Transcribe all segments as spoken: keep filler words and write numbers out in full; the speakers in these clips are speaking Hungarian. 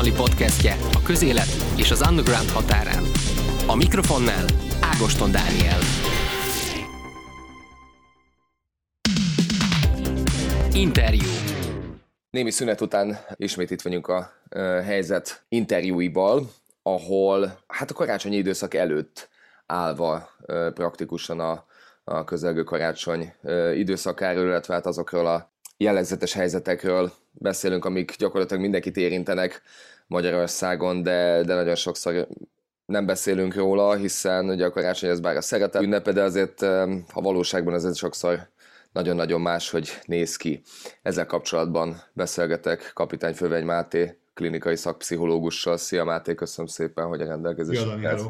azonnali podcastje a közélet és az underground határán. A mikrofonnál Ágoston Dániel. Interjú. Némi szünet után ismét itt vagyunk a uh, helyzet interjúival, ahol hát a karácsonyi időszak előtt állva uh, praktikusan a, a közelgő karácsony uh, időszakáról, illetve hát azokról a jellegzetes helyzetekről beszélünk, amik gyakorlatilag mindenkit érintenek Magyarországon, de, de nagyon sokszor nem beszélünk róla, hiszen ugye a karácsony az bár a szeretet ünnepe, de azért a valóságban azért sokszor nagyon-nagyon máshogy néz ki. Ezzel kapcsolatban beszélgetek Kapitány Fővegy Máté klinikai szakpszichológussal. Szia Máté, köszönöm szépen, hogy a rendelkezésre állsz.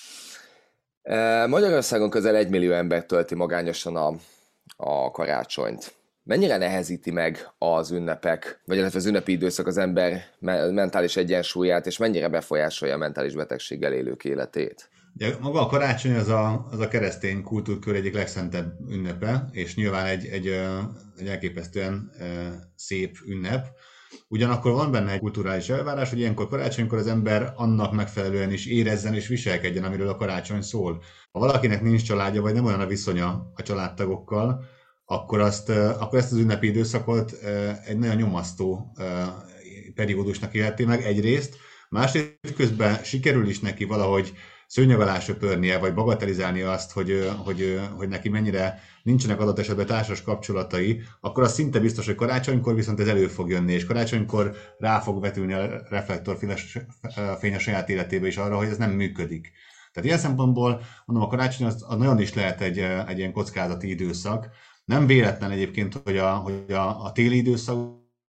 Magyarországon közel egy millió ember tölti magányosan a, a karácsonyt. Mennyire nehezíti meg az ünnepek, vagy illetve az ünnepi időszak az ember mentális egyensúlyát, és mennyire befolyásolja a mentális betegséggel élők életét? Ugye, maga a karácsony az a, az a keresztény kultúrkör egyik legszentebb ünnepe, és nyilván egy, egy, egy elképesztően szép ünnep. Ugyanakkor van benne egy kulturális elvárás, hogy ilyenkor karácsonykor az ember annak megfelelően is érezzen és viselkedjen, amiről a karácsony szól. Ha valakinek nincs családja, vagy nem olyan a viszonya a családtagokkal, akkor, azt, akkor ezt az ünnepi időszakot egy nagyon nyomasztó periódusnak élheti meg egyrészt, másrészt közben sikerül is neki valahogy szőnyeg alá söpörnie, vagy bagatelizálnia azt, hogy, hogy, hogy neki mennyire nincsenek adott esetben társas kapcsolatai, akkor az szinte biztos, hogy karácsonykor viszont ez elő fog jönni, és karácsonykor rá fog vetülni a reflektorfény a saját életébe is arra, hogy ez nem működik. Tehát ilyen szempontból mondom, a karácsony az, az nagyon is lehet egy, egy ilyen kockázati időszak. Nem véletlen egyébként, hogy a, hogy a, a téli időszak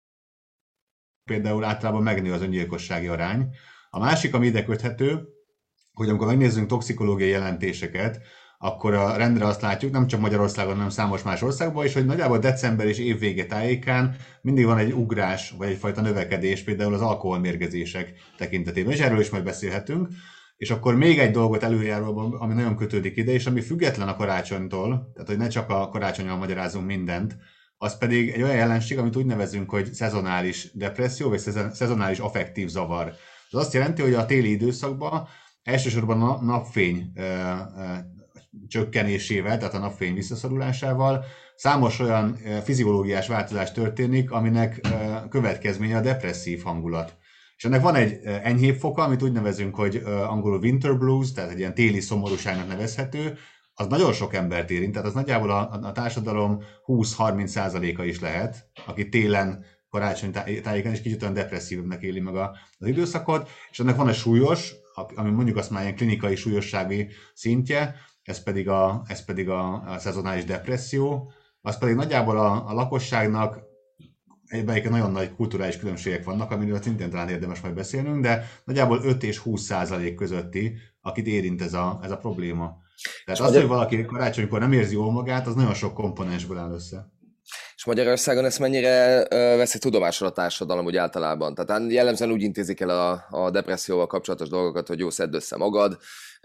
például általában megnő az öngyilkossági arány. A másik, ami ide köthető, hogy amikor megnézzünk toxikológiai jelentéseket, akkor a rendre azt látjuk, nem csak Magyarországon, hanem számos más országban is, hogy nagyjából december és évvége tájékán mindig van egy ugrás, vagy egyfajta növekedés, például az alkoholmérgezések tekintetében, és erről is majd beszélhetünk. És akkor még egy dolgot előjáróban, ami nagyon kötődik ide, és ami független a karácsonytól, tehát hogy ne csak a karácsonnyal magyarázunk mindent, az pedig egy olyan jelenség, amit úgy nevezünk, hogy szezonális depresszió, vagy szezonális affektív zavar. Ez azt jelenti, hogy a téli időszakban elsősorban a napfény ö, ö, csökkenésével, tehát a napfény visszaszorulásával számos olyan ö, fiziológiás változás történik, aminek ö, következménye a depresszív hangulat. És ennek van egy enyhébb foka, amit úgy nevezünk, hogy angolul winter blues, tehát egy ilyen téli szomorúságnak nevezhető, az nagyon sok embert érint, tehát az nagyjából a, a társadalom húsz-harminc százaléka is lehet, aki télen, karácsony tájéken is kicsit olyan depresszívnek éli meg az időszakot, és ennek van egy súlyos, ami mondjuk azt már ilyen klinikai súlyossági szintje, ez pedig a, ez pedig a, a szezonális depresszió, az pedig nagyjából a, a lakosságnak egyben nagyon nagy kulturális különbségek vannak, amiről szintén talán érdemes majd beszélnünk, de nagyjából öt és húsz százalék közötti, akit érint ez a, ez a probléma. Tehát az, hogy valaki karácsonykor nem érzi jól magát, az nagyon sok komponensből áll össze. És Magyarországon ezt mennyire veszi tudomásul a társadalom úgy általában? Tehát jellemzően úgy intézik el a, a depresszióval kapcsolatos dolgokat, hogy jó, szedd össze magad,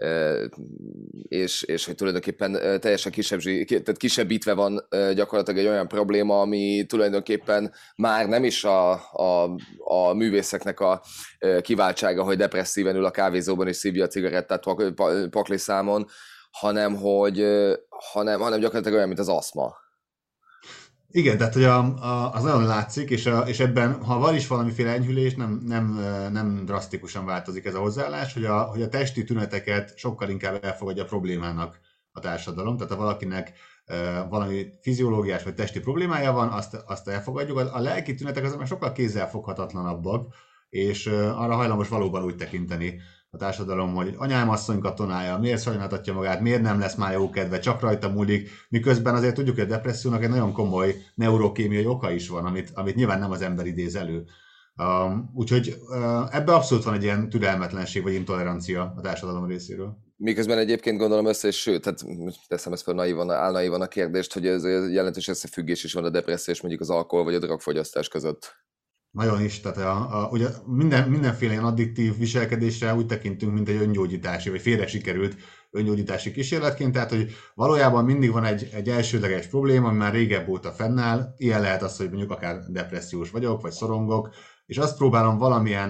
és, és hogy tulajdonképpen teljesen kisebb, tehát kisebbítve van gyakorlatilag egy olyan probléma, ami tulajdonképpen már nem is a, a, a művészeknek a kiváltsága, hogy depresszíven ül a kávézóban és szívja a cigarettát pakli számon, hanem, hogy, hanem, hanem gyakorlatilag olyan, mint az aszma. Igen, tehát hogy a, a, az nagyon látszik, és, a, és ebben, ha van is valamiféle enyhülés, nem, nem, nem drasztikusan változik ez a hozzáállás, hogy a, hogy a testi tüneteket sokkal inkább elfogadja a problémának a társadalom. Tehát ha valakinek e, valami fiziológiás vagy testi problémája van, azt, azt elfogadjuk. A, a lelki tünetek azok már sokkal kézzelfoghatatlanabbak, és e, arra hajlamos valóban úgy tekinteni a társadalom, hogy anyám asszony katonája, miért sajnáltatja magát, miért nem lesz már jó kedve, csak rajta múlik, miközben azért tudjuk, hogy a depressziónak egy nagyon komoly neurokémiai oka is van, amit, amit nyilván nem az ember idéz elő. Um, úgyhogy uh, ebben abszolút van egy ilyen türelmetlenség vagy intolerancia a társadalom részéről. Miközben egyébként gondolom össze, és sőt, tehát teszem ezt fel naívan, álnaívan a kérdést, hogy ez jelentős összefüggés is van a depresszió és mondjuk az alkohol vagy a drogfogyasztás között. Nagyon is, tehát a, a, ugye minden, mindenféle ilyen addiktív viselkedésre úgy tekintünk, mint egy öngyógyítási, vagy félre sikerült öngyógyítási kísérletként, tehát hogy valójában mindig van egy, egy elsődleges probléma, ami már régebb óta fennáll, ilyen lehet az, hogy mondjuk akár depressziós vagyok, vagy szorongok, és azt próbálom valamilyen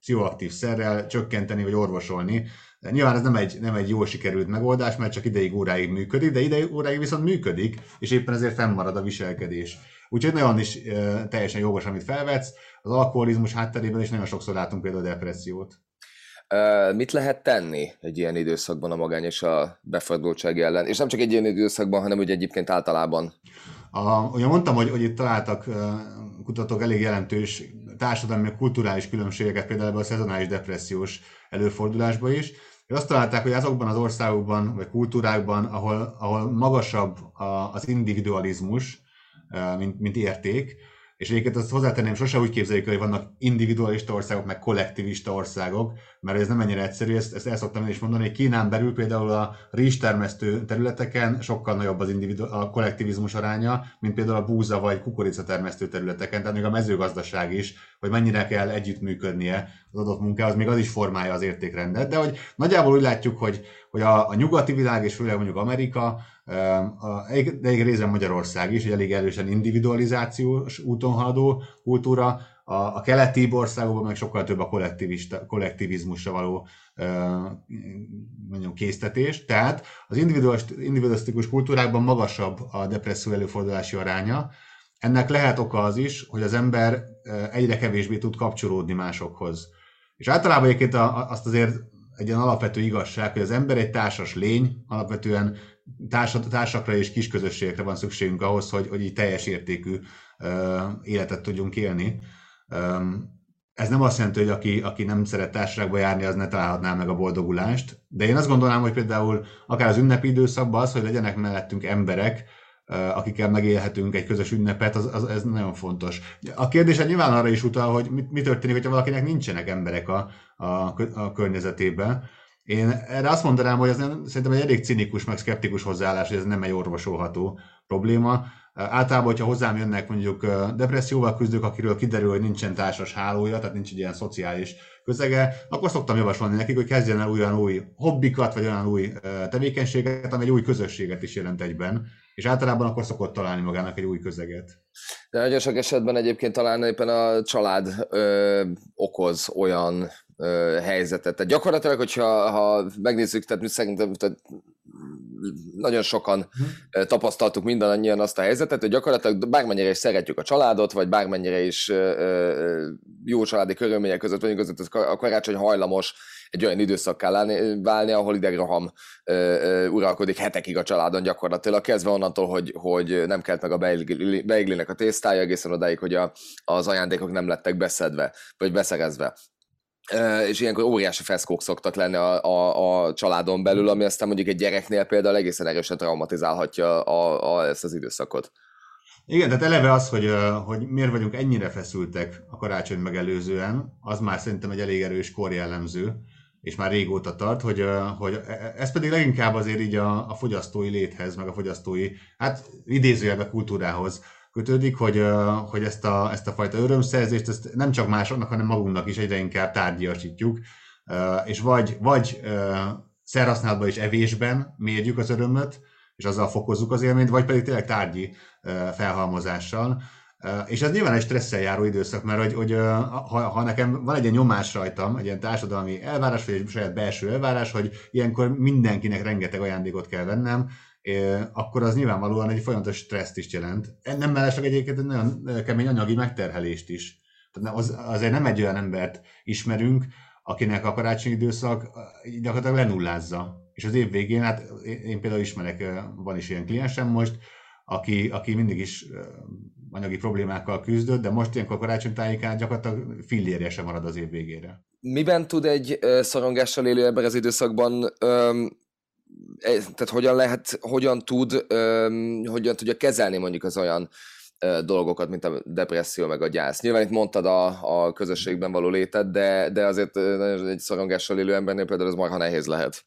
pszichoaktív szerrel csökkenteni vagy orvosolni. De nyilván ez nem egy, nem egy jól sikerült megoldás, mert csak ideig óráig működik, de ideig óráig viszont működik, és éppen ezért fennmarad a viselkedés. Úgyhogy nagyon is e, teljesen jogos, amit felvetsz. Az alkoholizmus hátterében is nagyon sokszor látunk például depressziót. Uh, mit lehet tenni egy ilyen időszakban a magány és a befordultság ellen? És nem csak egy ilyen időszakban, hanem úgy egyébként általában. A, ugye mondtam, hogy, hogy itt találtak uh, kutatók elég jelentős társadalmi, kulturális különbségeket, például ebben a szezonális depressziós előfordulásban is. És azt találták, hogy azokban az országokban, vagy kultúrákban, ahol, ahol magasabb a, az individualizmus, uh, mint, mint érték, és egyébként azt hozzátenném, sose úgy képzeljük, hogy vannak individualista országok, meg kollektivista országok, mert ez nem ennyire egyszerű, ezt, ezt el szoktam én is mondani, hogy Kínán belül például a rizstermesztő területeken sokkal nagyobb az individu- a kollektivizmus aránya, mint például a búza vagy kukoricatermesztő területeken, tehát még a mezőgazdaság is, hogy mennyire kell együttműködnie az adott munkához, még az is formálja az értékrendet, de hogy nagyjából úgy látjuk, hogy, hogy a, a nyugati világ, és főleg mondjuk Amerika, de egy részben Magyarország is, egy elég erősen individualizációs úton haladó kultúra, a, a keleti országokban meg sokkal több a kollektivizmusra való mondjam, késztetés. Tehát az individualisztikus kultúrákban magasabb a depresszió előfordulási aránya. Ennek lehet oka az is, hogy az ember egyre kevésbé tud kapcsolódni másokhoz. És általában egyébként azt azért egy ilyen alapvető igazság, hogy az ember egy társas lény, alapvetően társakra és kisközösségekre van szükségünk ahhoz, hogy, hogy így teljes értékű uh, életet tudjunk élni. Um, ez nem azt jelenti, hogy aki, aki nem szeret társaságba járni, az ne találhatná meg a boldogulást, de én azt gondolnám, hogy például akár az ünnepi időszakban az, hogy legyenek mellettünk emberek, uh, akikkel megélhetünk egy közös ünnepet, az, az, ez nagyon fontos. A kérdés nyilván arra is utal, hogy mi, mi történik, hogyha valakinek nincsenek emberek a, a, a környezetében. Én erre azt mondanám, hogy ez nem, szerintem egy elég cinikus, meg szkeptikus hozzáállás, hogy ez nem egy orvosolható probléma. Általában, hogyha hozzám jönnek mondjuk depresszióval küzdők, akiről kiderül, hogy nincsen társas hálója, tehát nincs egy ilyen szociális közege, akkor szoktam javasolni nekik, hogy kezdjen el olyan új hobbikat, vagy olyan új tevékenységet, ami egy új közösséget is jelent egyben, és általában akkor szokott találni magának egy új közeget. De nagyon sok esetben egyébként talán éppen a család ö, okoz olyan ö, helyzetet. Tehát gyakorlatilag, hogyha ha megnézzük, tehát szerintem tehát nagyon sokan hmm. tapasztaltuk mindannyian azt a helyzetet, hogy gyakorlatilag bármennyire is szeretjük a családot, vagy bármennyire is ö, jó családi körülmények között vagyunk, között a karácsony hajlamos egy olyan időszakká válni, ahol idegroham ö, ö, uralkodik hetekig a családon gyakorlatilag, kezdve onnantól, hogy, hogy nem kelt meg a beigli, beiglinek a tésztája, egészen odáig, hogy a, az ajándékok nem lettek beszedve, vagy beszerezve. Uh, és ilyenkor óriási feszkók szoktak lenni a, a, a családon belül, ami aztán mondjuk egy gyereknél például egészen erősen traumatizálhatja a, a, ezt az időszakot. Igen, tehát eleve az, hogy, hogy miért vagyunk ennyire feszültek a karácsony megelőzően, az már szerintem egy elég erős korjellemző, és már régóta tart, hogy, hogy ez pedig leginkább azért így a, a fogyasztói léthez, meg a fogyasztói, hát idézőjelben kultúrához kötődik, hogy, hogy ezt, a, ezt a fajta örömszerzést ezt nem csak másoknak, hanem magunknak is egyre inkább tárgyasítjuk, és vagy, vagy szerhasználatban és evésben mérjük az örömöt, és azzal fokozzuk az élményt, vagy pedig tényleg tárgyi felhalmozással. És ez nyilván egy stresszel járó időszak, mert hogy, hogy ha, ha nekem van egy ilyen nyomás rajtam, egy ilyen társadalmi elvárás, vagy egy saját belső elvárás, hogy ilyenkor mindenkinek rengeteg ajándékot kell vennem, akkor az nyilvánvalóan egy folyamatos stresszt is jelent. Nem mellesleg egyébként egy nagyon kemény anyagi megterhelést is. Tehát az, azért nem egy olyan embert ismerünk, akinek a karácsonyi időszak gyakorlatilag lenullázza. És az év végén, hát én például ismerek, van is ilyen kliensem most, aki, aki mindig is anyagi problémákkal küzdött, de most ilyenkor karácsonytájékán gyakorlatilag fillérje sem marad az év végére. Miben tud egy szorongással élő ember az időszakban, öm, tehát hogyan lehet, hogyan tud, öm, hogyan tudja kezelni mondjuk az olyan ö, dolgokat, mint a depresszió meg a gyász? Nyilván itt mondtad a, a közösségben való létet, de, de azért egy szorongással élő embernél például ez marha nehéz lehet.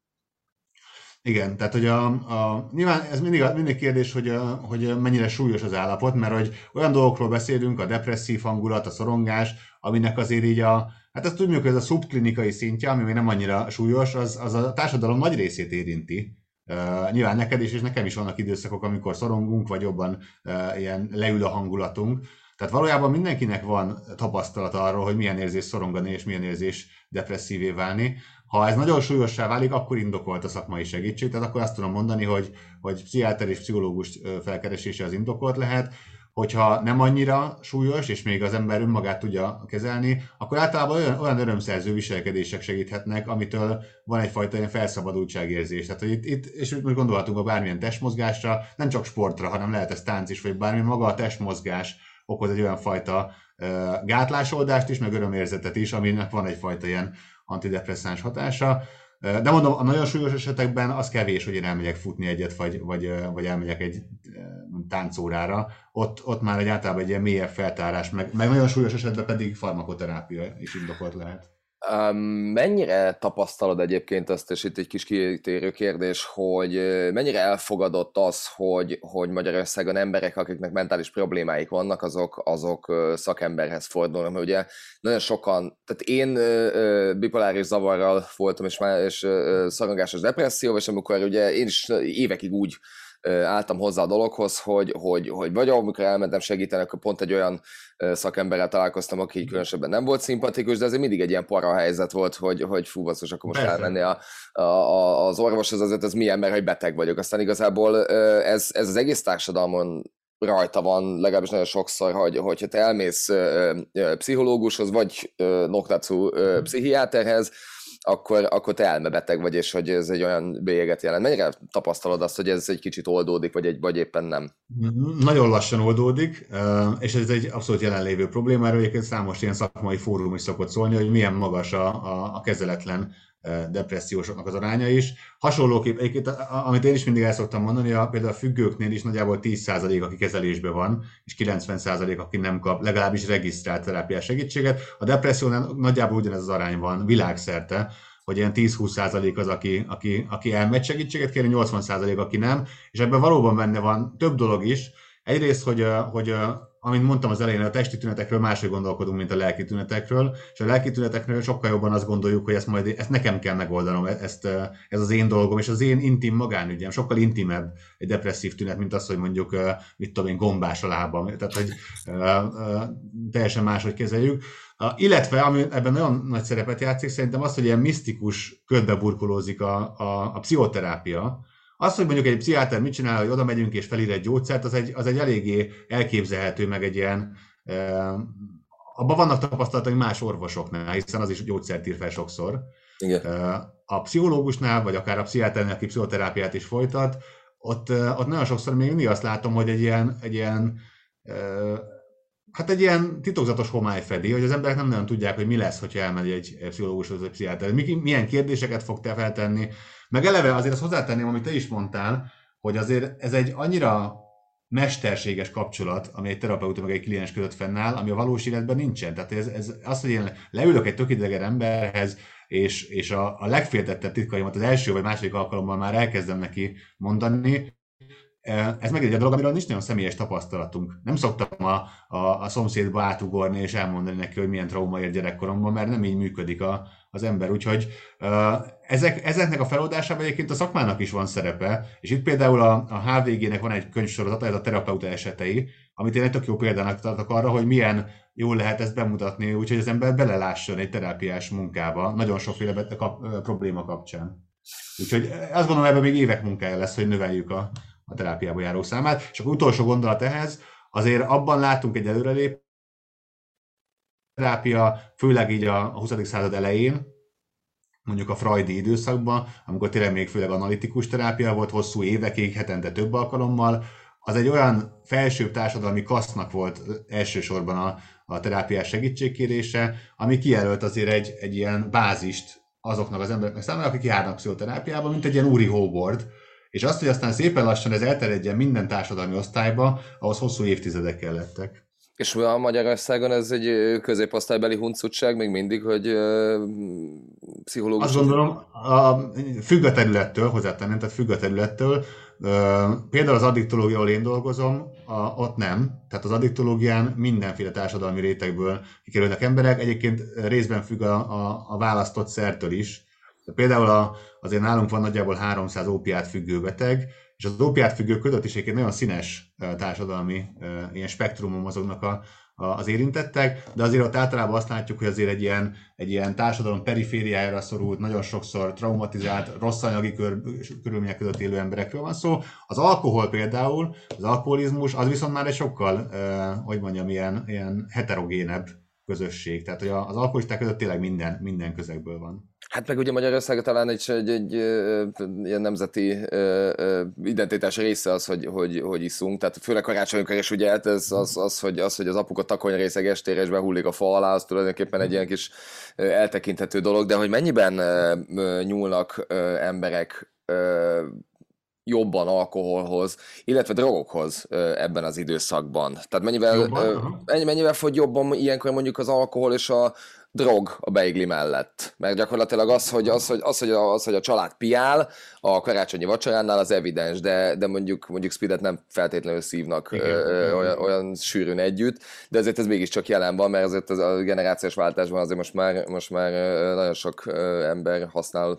Igen, tehát hogy a, a, nyilván ez mindig, mindig kérdés, hogy, a, hogy mennyire súlyos az állapot, mert hogy olyan dolgokról beszélünk, a depresszív hangulat, a szorongás, aminek azért így a, hát azt tudjuk, hogy ez a szubklinikai szintje, ami még nem annyira súlyos, az, az a társadalom nagy részét érinti. Uh, nyilván neked is, és nekem is vannak időszakok, amikor szorongunk, vagy jobban uh, ilyen leül a hangulatunk. Tehát valójában mindenkinek van tapasztalata arról, hogy milyen érzés szorongani és milyen érzés depresszívé válni. Ha ez nagyon súlyossá válik, akkor indokolt a szakmai segítség, tehát akkor azt tudom mondani, hogy, hogy pszichiáter és pszichológus felkeresése az indokolt lehet. Hogyha nem annyira súlyos, és még az ember önmagát tudja kezelni, akkor általában olyan, olyan örömszerző viselkedések segíthetnek, amitől van egyfajta ilyen felszabadultságérzés. Tehát, hogy itt, itt, és most gondolhatunk a bármilyen testmozgásra, nem csak sportra, hanem lehet ez tánc is, vagy bármi, maga a testmozgás okoz egy olyan fajta uh, gátlásoldást is, meg örömérzetet is, aminek van egyfajta ilyen antidepresszáns hatása. De mondom, a nagyon súlyos esetekben az kevés, hogy én elmegyek futni egyet, vagy, vagy, vagy elmegyek egy táncórára. Ott, ott már egy általában egy ilyen mélyebb feltárás, meg, meg nagyon súlyos esetben pedig farmakoterápia is indokolt lehet. Um, mennyire tapasztalod egyébként azt, és itt egy kis kitérő kérdés, hogy mennyire elfogadott az, hogy, hogy Magyarországon emberek, akiknek mentális problémáik vannak, azok, azok szakemberhez fordulnak, mert ugye nagyon sokan, tehát én uh, bipoláris zavarral voltam, és, már, és uh, szorongásos depresszió, és amikor ugye én is évekig úgy álltam hozzá a dologhoz, hogy, hogy, hogy vagy amikor elmentem segíteni, akkor pont egy olyan szakemberrel találkoztam, aki így különösebben nem volt szimpatikus, de azért mindig egy ilyen para helyzet volt, hogy, hogy fú, basszus, akkor most Persze. elmenni a, a, az orvoshoz, azért ez milyen, mert hogy beteg vagyok. Aztán igazából ez, ez az egész társadalmon rajta van, legalábbis nagyon sokszor, hogy, hogyha te elmész pszichológushoz, vagy noktatszú pszichiáterhez, akkor, akkor te elmebeteg vagy, és hogy ez egy olyan bélyeget jelent. Mennyire tapasztalod azt, hogy ez egy kicsit oldódik, vagy, egy, vagy éppen nem? Nagyon lassan oldódik, és ez egy abszolút jelenlévő probléma, erről egyébként számos ilyen szakmai fórum is szokott szólni, hogy milyen magas a, a, a kezeletlen depressziósoknak az aránya is. Hasonlóképp, egyébként, amit én is mindig el szoktam mondani, a, például a függőknél is nagyjából tíz százalék, aki kezelésben van, és kilencven százalék, aki nem kap legalábbis regisztrált terápiás segítséget. A depressziónál nagyjából ugyanez az arány van világszerte, hogy ilyen tíz-húsz százalék az, aki, aki, aki elmegy segítséget kérni, nyolcvan százalék, aki nem, és ebben valóban benne van több dolog is. Egyrészt, hogy, hogy amint mondtam az elején, a testi tünetekről máshogy gondolkodunk, mint a lelki tünetekről, és a lelki tünetekről sokkal jobban azt gondoljuk, hogy ezt majd ezt nekem kell megoldanom, ezt, ez az én dolgom, és az én intim magánügyem, sokkal intimebb egy depresszív tünet, mint az, hogy mondjuk, mit tudom én, gombás a lábam, tehát hogy uh, uh, teljesen máshogy kezeljük. Uh, illetve, ami ebben nagyon nagy szerepet játszik, szerintem az, hogy ilyen misztikus ködbe burkolózik a, a, a pszichoterápia. Az, hogy mondjuk egy pszichiáter mit csinál, hogy oda megyünk és felír egy gyógyszert, az egy, az egy eléggé elképzelhető, meg egy ilyen, e, abban vannak tapasztalatok más orvosoknál, hiszen az is gyógyszert ír fel sokszor. Igen. E, a pszichológusnál, vagy akár a pszichiáternél, aki pszichoterápiát is folytat, ott, ott nagyon sokszor még mindig azt látom, hogy egy ilyen, egy ilyen e, hát egy ilyen titokzatos homály fedi, hogy az emberek nem nagyon tudják, hogy mi lesz, hogyha elmegy egy pszichológushoz, vagy pszichiáter. Milyen kérdéseket fog te feltenni. Meg eleve azért azt hozzátenném, amit te is mondtál, hogy azért ez egy annyira mesterséges kapcsolat, ami egy terapeuta meg egy kliens között fennáll, ami a valós életben nincsen. Tehát ez, ez az, hogy én leülök egy tök idegen emberhez, és, és a, a legféltettebb titkaimat az első vagy második alkalommal már elkezdem neki mondani, ez meg egy dolog, amiről nincs nagyon személyes tapasztalatunk. Nem szoktam a, a, a szomszédba átugorni és elmondani neki, hogy milyen trauma ért gyerekkoromban, mert nem így működik a, az ember. Úgyhogy uh, ezek, ezeknek a feloldásában egyébként a szakmának is van szerepe, és itt például a, a há vé gé-nek van egy könyvsorozata, ez a terapeuta esetei, amit én egy tök jó példának tartok arra, hogy milyen jól lehet ezt bemutatni, úgyhogy az ember belelásson egy terápiás munkába, nagyon sokféle kap, probléma kapcsán. Úgyhogy azt gondolom, ebben még évek munkája lesz, hogy növeljük a a terápiába járó számát. És akkor utolsó gondolat ehhez, azért abban látunk egy előrelépést, terápia, főleg így a huszadik század elején, mondjuk a freudi időszakban, amikor tényleg még főleg analitikus terápia volt, hosszú évekig, hetente több alkalommal, az egy olyan felsőbb társadalmi kasznak volt elsősorban a, a terápiás segítségkérése, ami kijelölt azért egy, egy ilyen bázist azoknak az embereknek számára, akik járnak pszichoterápiába, mint egy ilyen úri hóbord. És azt, hogy aztán szépen lassan ez elterjedjen minden társadalmi osztályba, ahhoz hosszú évtizedek kellettek. És a Magyarországon ez egy középosztálybeli huncutság még mindig, hogy uh, pszichológus... Azt gondolom, a, függ a területtől, hozzátenem, tehát függ a területtől. Uh, például az addiktológia, ahol én dolgozom, a, ott nem. Tehát az addiktológián mindenféle társadalmi rétegből kikerülnek emberek. Egyébként részben függ a, a, a választott szertől is. De például a, azért nálunk van nagyjából háromszáz ópiát függő beteg, és az ópiát függők között is egy nagyon színes társadalmi ilyen spektrumon mozognak a, az érintettek, de azért ott általában azt látjuk, hogy azért egy ilyen, egy ilyen társadalom perifériájára szorult, nagyon sokszor traumatizált, rossz anyagi kör, körülmények között élő emberekről van szó. Az alkohol például, az alkoholizmus, az viszont már egy sokkal, eh, hogy mondjam, ilyen, ilyen heterogénebb közösség. Tehát, hogy az alkoholisták között tényleg minden, minden közegből van. Hát meg ugye Magyarországon talán egy, egy, egy, egy ilyen nemzeti ö, ö, identitás része az, hogy, hogy, hogy iszunk, tehát főleg karácsonykor is ugye ez az, az, hogy, az, hogy az apuka takonyrészeg estére és behullik a fa alá, az tulajdonképpen egy ilyen kis eltekinthető dolog, de hogy mennyiben ö, nyúlnak ö, emberek ö, jobban alkoholhoz, illetve drogokhoz ebben az időszakban. Tehát mennyivel, jobban, mennyivel fogy jobban ilyenkor mondjuk az alkohol és a drog a beigli mellett. Mert gyakorlatilag az, hogy, az, hogy, az, hogy, a, az, hogy a család piál a karácsonyi vacsoránál, az evidens, de, de mondjuk, mondjuk speedet nem feltétlenül szívnak igen, ö, igen. Olyan, olyan sűrűn együtt, de ezért ez mégiscsak jelen van, mert azért az a generációs váltásban azért most már, most már nagyon sok ember használ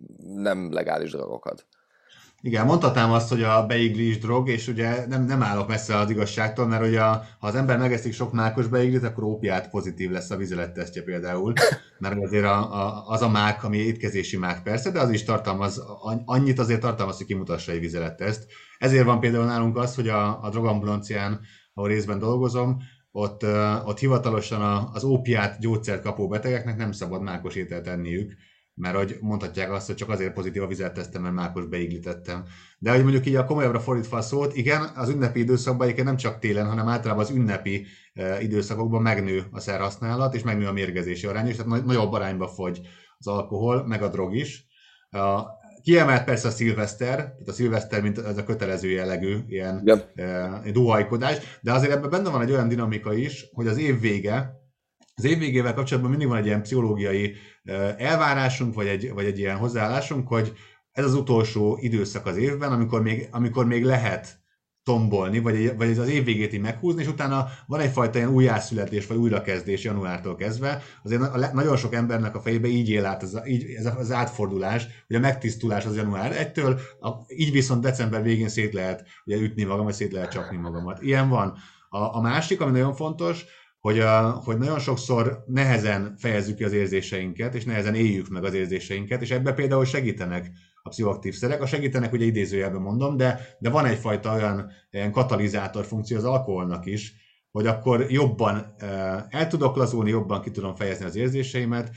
nem legális drogokat. Igen, mondhatnám azt, hogy a beigli is drog, és ugye nem, nem állok messze az igazságtól, mert ugye a, ha az ember megeszik sok mákos beiglit, akkor ópiát pozitív lesz a vizelet-tesztje például, mert azért a, a, az a mák, ami étkezési mák persze, de az is tartalmaz, annyit azért tartalmaz, hogy kimutassa egy vizelet-teszt. Ezért van például nálunk az, hogy a, a drogambulancián, ahol részben dolgozom, ott, ott hivatalosan az ópiát gyógyszert kapó betegeknek nem szabad mákos ételt enniük, mert hogy mondhatják azt, hogy csak azért pozitív a vizelet-tesztem, mert mákos beiglítettem. De hogy mondjuk így a komolyabbra fordítva a szót, igen, az ünnepi időszakban egyébként nem csak télen, hanem általában az ünnepi e, időszakokban megnő a szerhasználat, és megnő a mérgezési arány, és tehát nagyobb arányba fogy az alkohol, meg a drog is. A, kiemelt persze a szilveszter, tehát a szilveszter, mint ez a kötelező jellegű ilyen yep. e, duhajkodás, de azért ebben benne van egy olyan dinamika is, hogy az év vége, az év végével kapcsolatban mindig van egy ilyen pszichológiai elvárásunk, vagy egy, vagy egy ilyen hozzáállásunk, hogy ez az utolsó időszak az évben, amikor még, amikor még lehet tombolni, vagy, vagy az év végét így meghúzni, és utána van egyfajta ilyen újjászületés, vagy újrakezdés januártól kezdve. Azért a, nagyon sok embernek a fejébe így él át ez, a, így, ez az átfordulás, hogy a megtisztulás az január egytől, a, így viszont december végén szét lehet ugye, ütni magam, vagy szét lehet csapni magamat. Ilyen van. A, a másik, ami nagyon fontos, Hogy, a, hogy nagyon sokszor nehezen fejezzük ki az érzéseinket, és nehezen éljük meg az érzéseinket, és ebben például segítenek a pszichoaktív szerek. A segítenek ugye idézőjelben mondom, de, de van egyfajta olyan ilyen katalizátor funkció az alkoholnak is, hogy akkor jobban el tudok lazulni, jobban ki tudom fejezni az érzéseimet,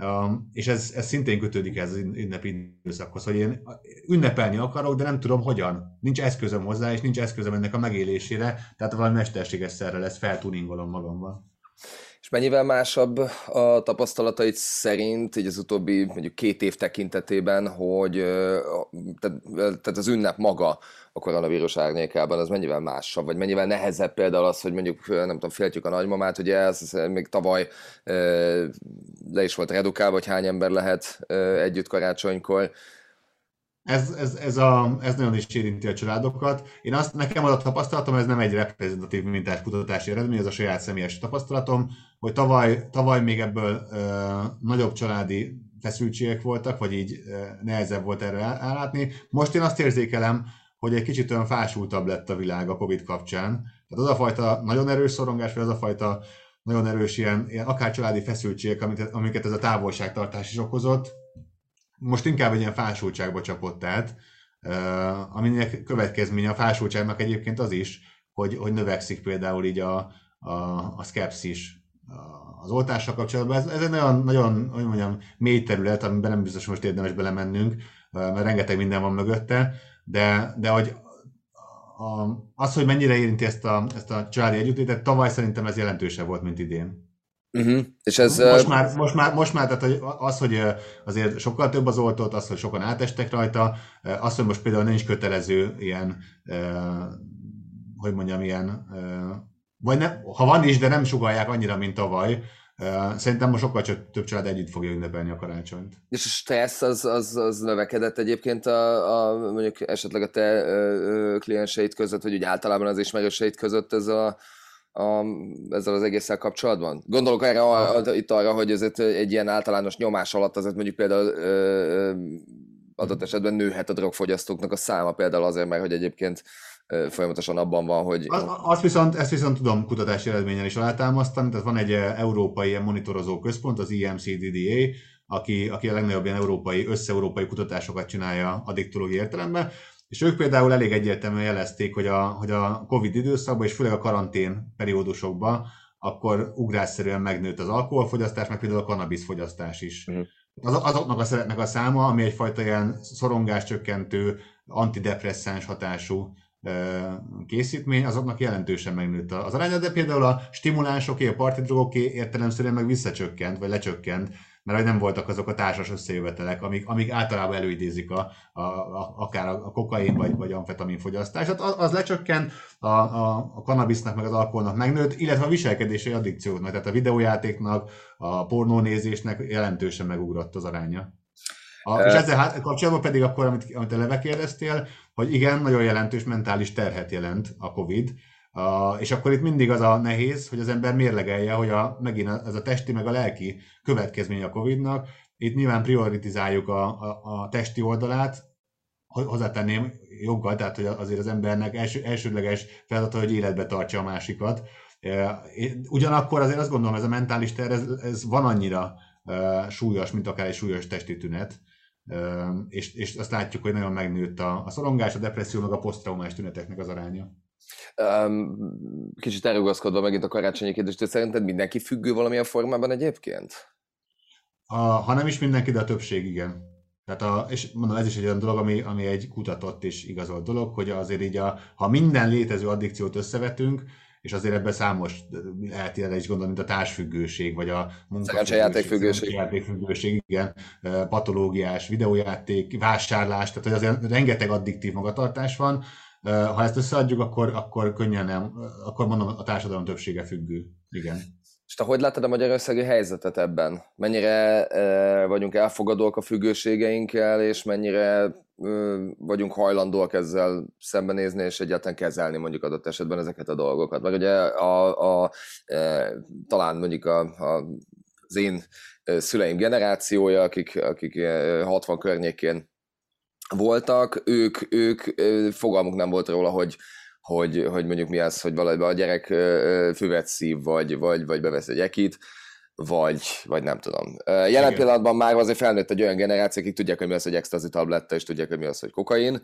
és ez, ez szintén kötődik ez az ünnepi időszakhoz, hogy én ünnepelni akarok, de nem tudom hogyan. Nincs eszközöm hozzá, és nincs eszközöm ennek a megélésére, tehát valami mesterséges szerrel lesz, feltuningolom magamban. És mennyivel másabb a tapasztalatait szerint, így az utóbbi mondjuk két év tekintetében, hogy tehát, tehát az ünnep maga a koronavírus árnyékában, az mennyivel másabb, vagy mennyivel nehezebb például az, hogy mondjuk, nem tudom, féltjük a nagymamát, ugye ez még tavaly le is volt redukálva, hogy hány ember lehet együtt karácsonykor. Ez, ez, ez, a, ez nagyon is érinti a családokat. Én azt, nekem az a tapasztalatom, ez nem egy reprezentatív mintás kutatási eredmény, ez a saját személyes tapasztalatom, hogy tavaly, tavaly még ebből ö, nagyobb családi feszültségek voltak, vagy így ö, nehezebb volt erre állátni. Most én azt érzékelem, hogy egy kicsit olyan fásultabb lett a világ a Covid kapcsán. Tehát az a fajta nagyon erős szorongás, vagy az a fajta nagyon erős ilyen, ilyen akár családi feszültségek, amiket, amiket ez a távolságtartás is okozott, most inkább egy ilyen fásultságba csapott át, aminek következménye a fásultságnak egyébként az is, hogy, hogy növekszik például így a, a, a szkepszis az oltással kapcsolatban. Ez, ez egy nagyon, nagyon hogy mondjam, mély terület, amiben nem biztos most érdemes belemennünk, mert rengeteg minden van mögötte, de, de hogy a, az, hogy mennyire érinti ezt a, ezt a családi együttlétet, tavaly szerintem ez jelentősebb volt, mint idén. Uh-huh. És ez, most, már, most, már, most már, tehát az, hogy azért sokkal több az oltott, az, hogy sokan átestek rajta, az, hogy most például nincs kötelező ilyen, hogy mondjam, ilyen, vagy ne, ha van is, de nem sugallják annyira, mint tavaly, szerintem most sokkal több család együtt fogja ünnepelni a karácsonyt. És a stressz az, az, az növekedett egyébként a, a, mondjuk esetleg a te klienseid között, vagy úgy általában az ismerőseid között ez a A, ezzel az egésszel kapcsolatban? Gondolok erre a, a, itt arra, hogy ezért egy ilyen általános nyomás alatt azért mondjuk például ö, ö, adott esetben nőhet a drogfogyasztóknak a száma például azért, mert hogy egyébként folyamatosan abban van, hogy... Azt viszont, ezt viszont tudom kutatási eredménnyel is alátámasztani, tehát van egy európai ilyen monitorozó központ, az E M C D D A, aki, aki a legnagyobb ilyen európai, össze-európai kutatásokat csinálja addiktológiai értelemben, és ők például elég egyértelműen jelezték, hogy a, hogy a Covid időszakban, és főleg a karantén periódusokban, akkor ugrásszerűen megnőtt az alkoholfogyasztás, meg például a kannabiszfogyasztás is. Uh-huh. Az, azoknak a szeretnek a száma, ami egyfajta ilyen szorongáscsökkentő, antidepresszáns hatású készítmény, azoknak jelentősen megnőtt az aránya, de például a stimulánsoké, a partidrogoké értelemszerűen meg visszacsökkent, vagy lecsökkent, mert hogy nem voltak azok a társas összejövetelek, amik, amik általában előidézik a, a, a, akár a kokain vagy, vagy amfetamin fogyasztást. Hát az, az lecsökkent, a, a, a kannabisznak meg az alkoholnak megnőtt, illetve a viselkedési addikcióknak, tehát a videójátéknak, a pornónézésnek jelentősen megugrott az aránya. A, és ezzel hát, kapcsolatban pedig akkor, amit, amit a Leve kérdeztél, hogy igen, nagyon jelentős mentális terhet jelent a Covid, uh, és akkor itt mindig az a nehéz, hogy az ember mérlegelje, hogy a, megint ez a testi meg a lelki következmény a Covidnak. Itt nyilván prioritizáljuk a, a, a testi oldalát, hozzátenném joggal, tehát hogy azért az embernek első, elsődleges feladata, hogy életbe tartsa a másikat. Uh, ugyanakkor azért azt gondolom, ez a mentális terh, ez, ez van annyira uh, súlyos, mint akár egy súlyos testi tünet. Uh, és, és azt látjuk, hogy nagyon megnőtt a, a szorongás, a depresszió, meg a posztraumás tüneteknek az aránya. Um, kicsit elrugaszkodva megint a karácsonyi kérdést, szerinted mindenki függő valamilyen formában egyébként? A, ha nem is mindenki, de a többség igen. Tehát a, és mondom, ez is egy olyan dolog, ami, ami egy kutatott és igazolt dolog, hogy azért így, a, ha minden létező addikciót összevetünk, és azért ebben számos lehet ilyenre is gondolni, mint a társfüggőség, vagy a munkafüggőség, játékfüggőség, igen, patológiás, videójáték, vásárlás, tehát hogy azért rengeteg addiktív magatartás van. Ha ezt összeadjuk, akkor, akkor könnyen nem, akkor mondom, a társadalom többsége függő. Igen. És te hogy látod a magyarországi helyzetet ebben? Mennyire e, vagyunk elfogadóak a függőségeinkkel, és mennyire e, vagyunk hajlandóak ezzel szembenézni, és egyáltalán kezelni mondjuk adott esetben ezeket a dolgokat? Mert ugye a, a, e, talán mondjuk a, a, az én szüleim generációja, akik, akik hatvan környékén voltak, ők, ők fogalmuk nem volt róla, hogy Hogy, hogy mondjuk mi az, hogy valamiben a gyerek füvet szív, vagy, vagy, vagy bevesz egy ekit, vagy, vagy nem tudom. Jelen Igen. pillanatban már azért felnőtt egy olyan generáció, akik tudják, hogy mi az, hogy ecstasy tabletta, és tudják, hogy mi az, hogy kokain.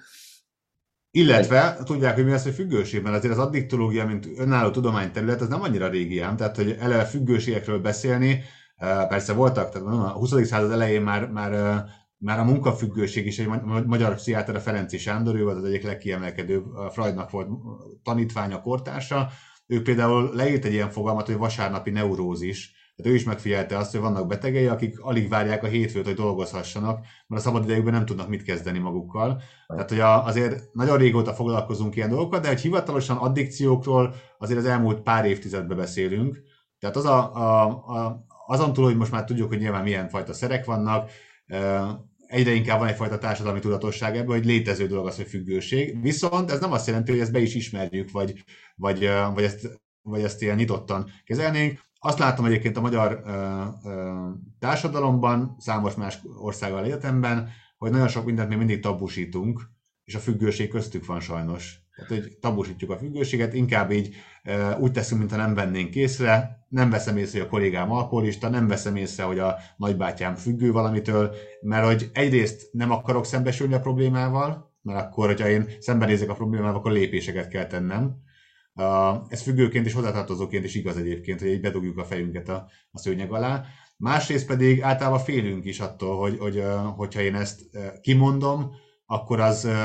Illetve tudják, hogy mi az, hogy függőség, mert azért az addiktológia, mint önálló tudományterület, az nem annyira régi ám, tehát hogy eleve függőségekről beszélni, persze voltak, tehát a huszadik század elején már, már Már a munkafüggőség is egy magyar pszichiáter, a Ferenczy Sándor, ő volt az egyik legkiemelkedőbb, Freudnak volt tanítványa, kortársa. Ő például leírt egy ilyen fogalmat, hogy vasárnapi neurózis. Tehát ő is megfigyelte azt, hogy vannak betegei, akik alig várják a hétfőt, hogy dolgozhassanak, mert a szabadidejükben nem tudnak mit kezdeni magukkal. Tehát hogy azért nagyon régóta foglalkozunk ilyen dolgokkal, de hogy hivatalosan addikciókról azért az elmúlt pár évtizedben beszélünk. Tehát az a, a, a, azon túl, hogy most már tudjuk, hogy nyilván milyen fajta szerek vannak, egyre inkább van egyfajta társadalmi tudatosság ebben, hogy létező dolog az, hogy függőség. Viszont ez nem azt jelenti, hogy ezt be is ismerjük, vagy, vagy, vagy, ezt, vagy ezt ilyen nyitottan kezelnénk. Azt látom egyébként a magyar uh, uh, társadalomban, számos más országgal egyetemben, hogy nagyon sok mindent még mindig tabusítunk, és a függőség köztük van sajnos. Tehát, hogy tabusítjuk a függőséget, inkább így uh, úgy teszünk, mintha nem vennénk észre, nem veszem észre, hogy a kollégám alkoholista, nem veszem észre, hogy a nagybátyám függő valamitől, mert hogy egyrészt nem akarok szembesülni a problémával, mert akkor, hogyha én szembenézek a problémával, akkor lépéseket kell tennem. Uh, ez függőként és hozzátartozóként is igaz egyébként, hogy így bedugjuk a fejünket a, a szőnyeg alá. Másrészt pedig általában félünk is attól, hogy, hogy uh, hogyha én ezt uh, kimondom, akkor az, uh,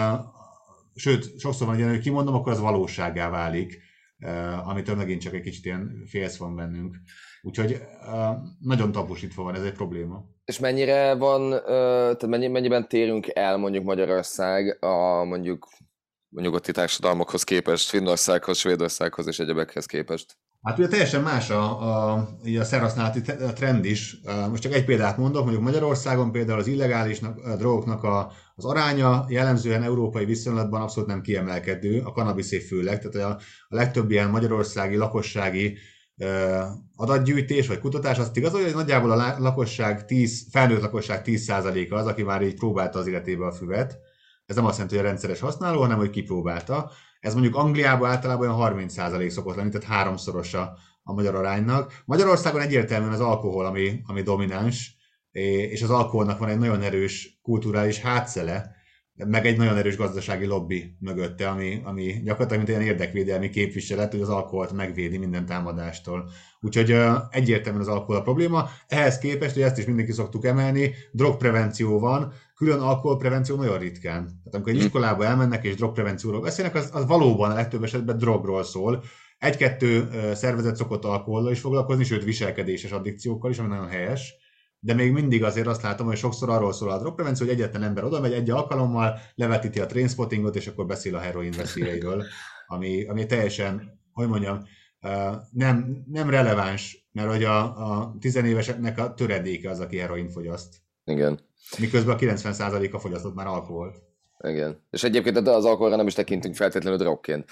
sőt, sokszor van ilyen, hogy kimondom, akkor az valósággá válik, uh, amitől megint csak egy kicsit ilyen félsz van bennünk. Úgyhogy uh, nagyon tabusítva van, ez egy probléma. És mennyire van, uh, tehát mennyi, mennyiben térünk el mondjuk Magyarország a mondjuk a nyugati társadalmakhoz képest, Finnországhoz, Svédországhoz és egyebekhez képest? Hát ugye teljesen más a, a, a szerhasználati trend is. Most csak egy példát mondok, mondjuk Magyarországon például az illegális a drogoknak a, az aránya jellemzően európai viszonylatban abszolút nem kiemelkedő, a kannabiszé főleg, tehát a, a legtöbb ilyen magyarországi lakossági uh, adatgyűjtés vagy kutatás azt igazolja, hogy nagyjából a lakosság tíz, felnőtt lakosság tíz százaléka az, aki már így próbálta az életébe a füvet. Ez nem azt jelenti, hogy a rendszeres használó, hanem hogy kipróbálta. Ez mondjuk Angliában általában olyan harminc százalék szokott lenni, tehát háromszoros a, a magyar aránynak. Magyarországon egyértelműen az alkohol, ami, ami domináns, és az alkoholnak van egy nagyon erős kulturális hátszele, meg egy nagyon erős gazdasági lobby mögötte, ami, ami gyakorlatilag mint olyan érdekvédelmi képviselet, hogy az alkoholt megvédi minden támadástól. Úgyhogy uh, egyértelműen az alkohol a probléma. Ehhez képest, hogy ezt is mindenki szoktuk emelni, drogprevenció van, külön alkoholprevenció nagyon ritkán. Tehát amikor egy iskolába elmennek és drogprevencióról beszélnek, az, az valóban a legtöbb esetben drogról szól. Egy-kettő uh, szervezet szokott alkohollal is foglalkozni, sőt viselkedéses addikciókkal is, ami nagyon helyes. De még mindig azért azt látom, hogy sokszor arról szól a drogprevenció, hogy egyetlen ember oda megy egy alkalommal, levetíti a Trainspottingot, és akkor beszél a heroin veszélyeiről, ami, ami teljesen, hogy mondjam, nem, nem releváns, mert hogy a, a tizenéveseknek a töredéke az, aki heroin fogyaszt. Igen. Miközben a kilencven százaléka fogyasztott már alkoholt. Igen. És egyébként az alkoholra nem is tekintünk feltétlenül drogként.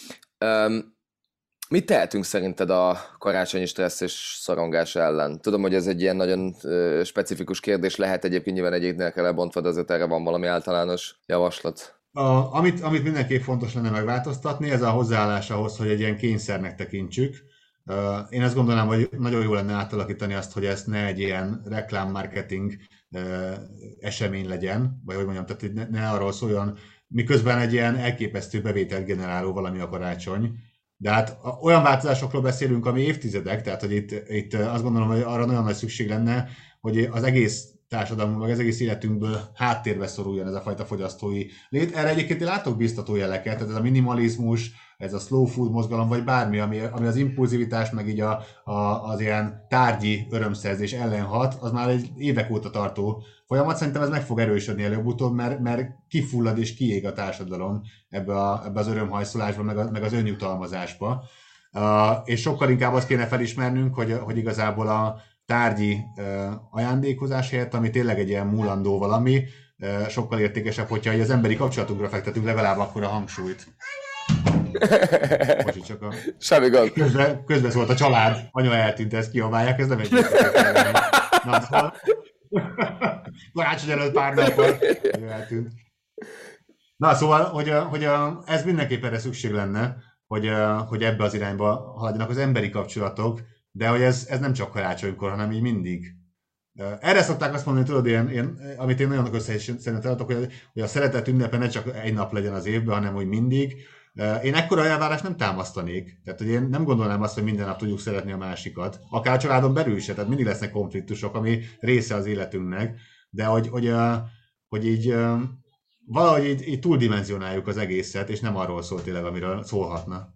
Um, Mit tehetünk szerinted a karácsonyi stressz és szorongás ellen? Tudom, hogy ez egy ilyen nagyon ö, specifikus kérdés lehet, egyébként nyilván egyiknél lebontva, de azért erre van valami általános javaslat. A, amit, amit mindenképp fontos lenne megváltoztatni, ez a hozzáállás ahhoz, hogy egy ilyen kényszernek tekintsük. Uh, én azt gondolom, hogy nagyon jó lenne átalakítani azt, hogy ezt ne egy ilyen reklám-marketing uh, esemény legyen, vagy hogy mondjam, tehát hogy ne, ne arról szóljon, miközben egy ilyen elképesztő bevételt generáló valami a karácsony. De hát olyan változásokról beszélünk, ami évtizedek, tehát hogy itt, itt azt gondolom, hogy arra nagyon nagy szükség lenne, hogy az egész társadalom, meg az egész életünkből háttérbe szoruljon ez a fajta fogyasztói lét. Erre egyébként én látok biztató jeleket, tehát ez a minimalizmus, ez a slow food mozgalom, vagy bármi, ami, ami az impulzivitás, meg így a, a, az ilyen tárgyi örömszerzés ellen hat, az már egy évek óta tartó folyamat. Szerintem ez meg fog erősödni előbb-utóbb, mert, mert kifullad és kiég a társadalom ebbe, a, ebbe az örömhajszolásba, meg, a, meg az önjutalmazásba. Uh, és sokkal inkább azt kéne felismernünk, hogy, hogy igazából a tárgyi uh, ajándékozás helyett, ami tényleg egy ilyen múlandó valami, uh, sokkal értékesebb, hogyha az emberi kapcsolatunkra fektetünk legalább akkor a hangsúlyt. Most csak a... Semmi gond. Közben, közben szólt a család, anya eltűnt, ezt kiabálják, ez nem egy Na, szóval... Karácsony előtt pár nappal eltűnt. Na, szóval, hogy, hogy ez mindenképp erre szükség lenne, hogy, hogy ebbe az irányba haladjanak az emberi kapcsolatok, de hogy ez, ez nem csak karácsonykor, hanem így mindig. Erre szokták azt mondani, tudod, ilyen, ilyen, amit én nagyon összeszerűen találtok, hogy, hogy a szeretet ünnepe ne csak egy nap legyen az évben, hanem hogy mindig. Én ekkora elvárást nem támasztanék. Tehát, hogy én nem gondolnám azt, hogy minden nap tudjuk szeretni a másikat. Akár a családon belül se, tehát mindig lesznek konfliktusok, ami része az életünknek, de hogy, hogy, hogy így valahogy így, így túldimenzionáljuk az egészet, és nem arról szól tényleg, amiről szólhatna.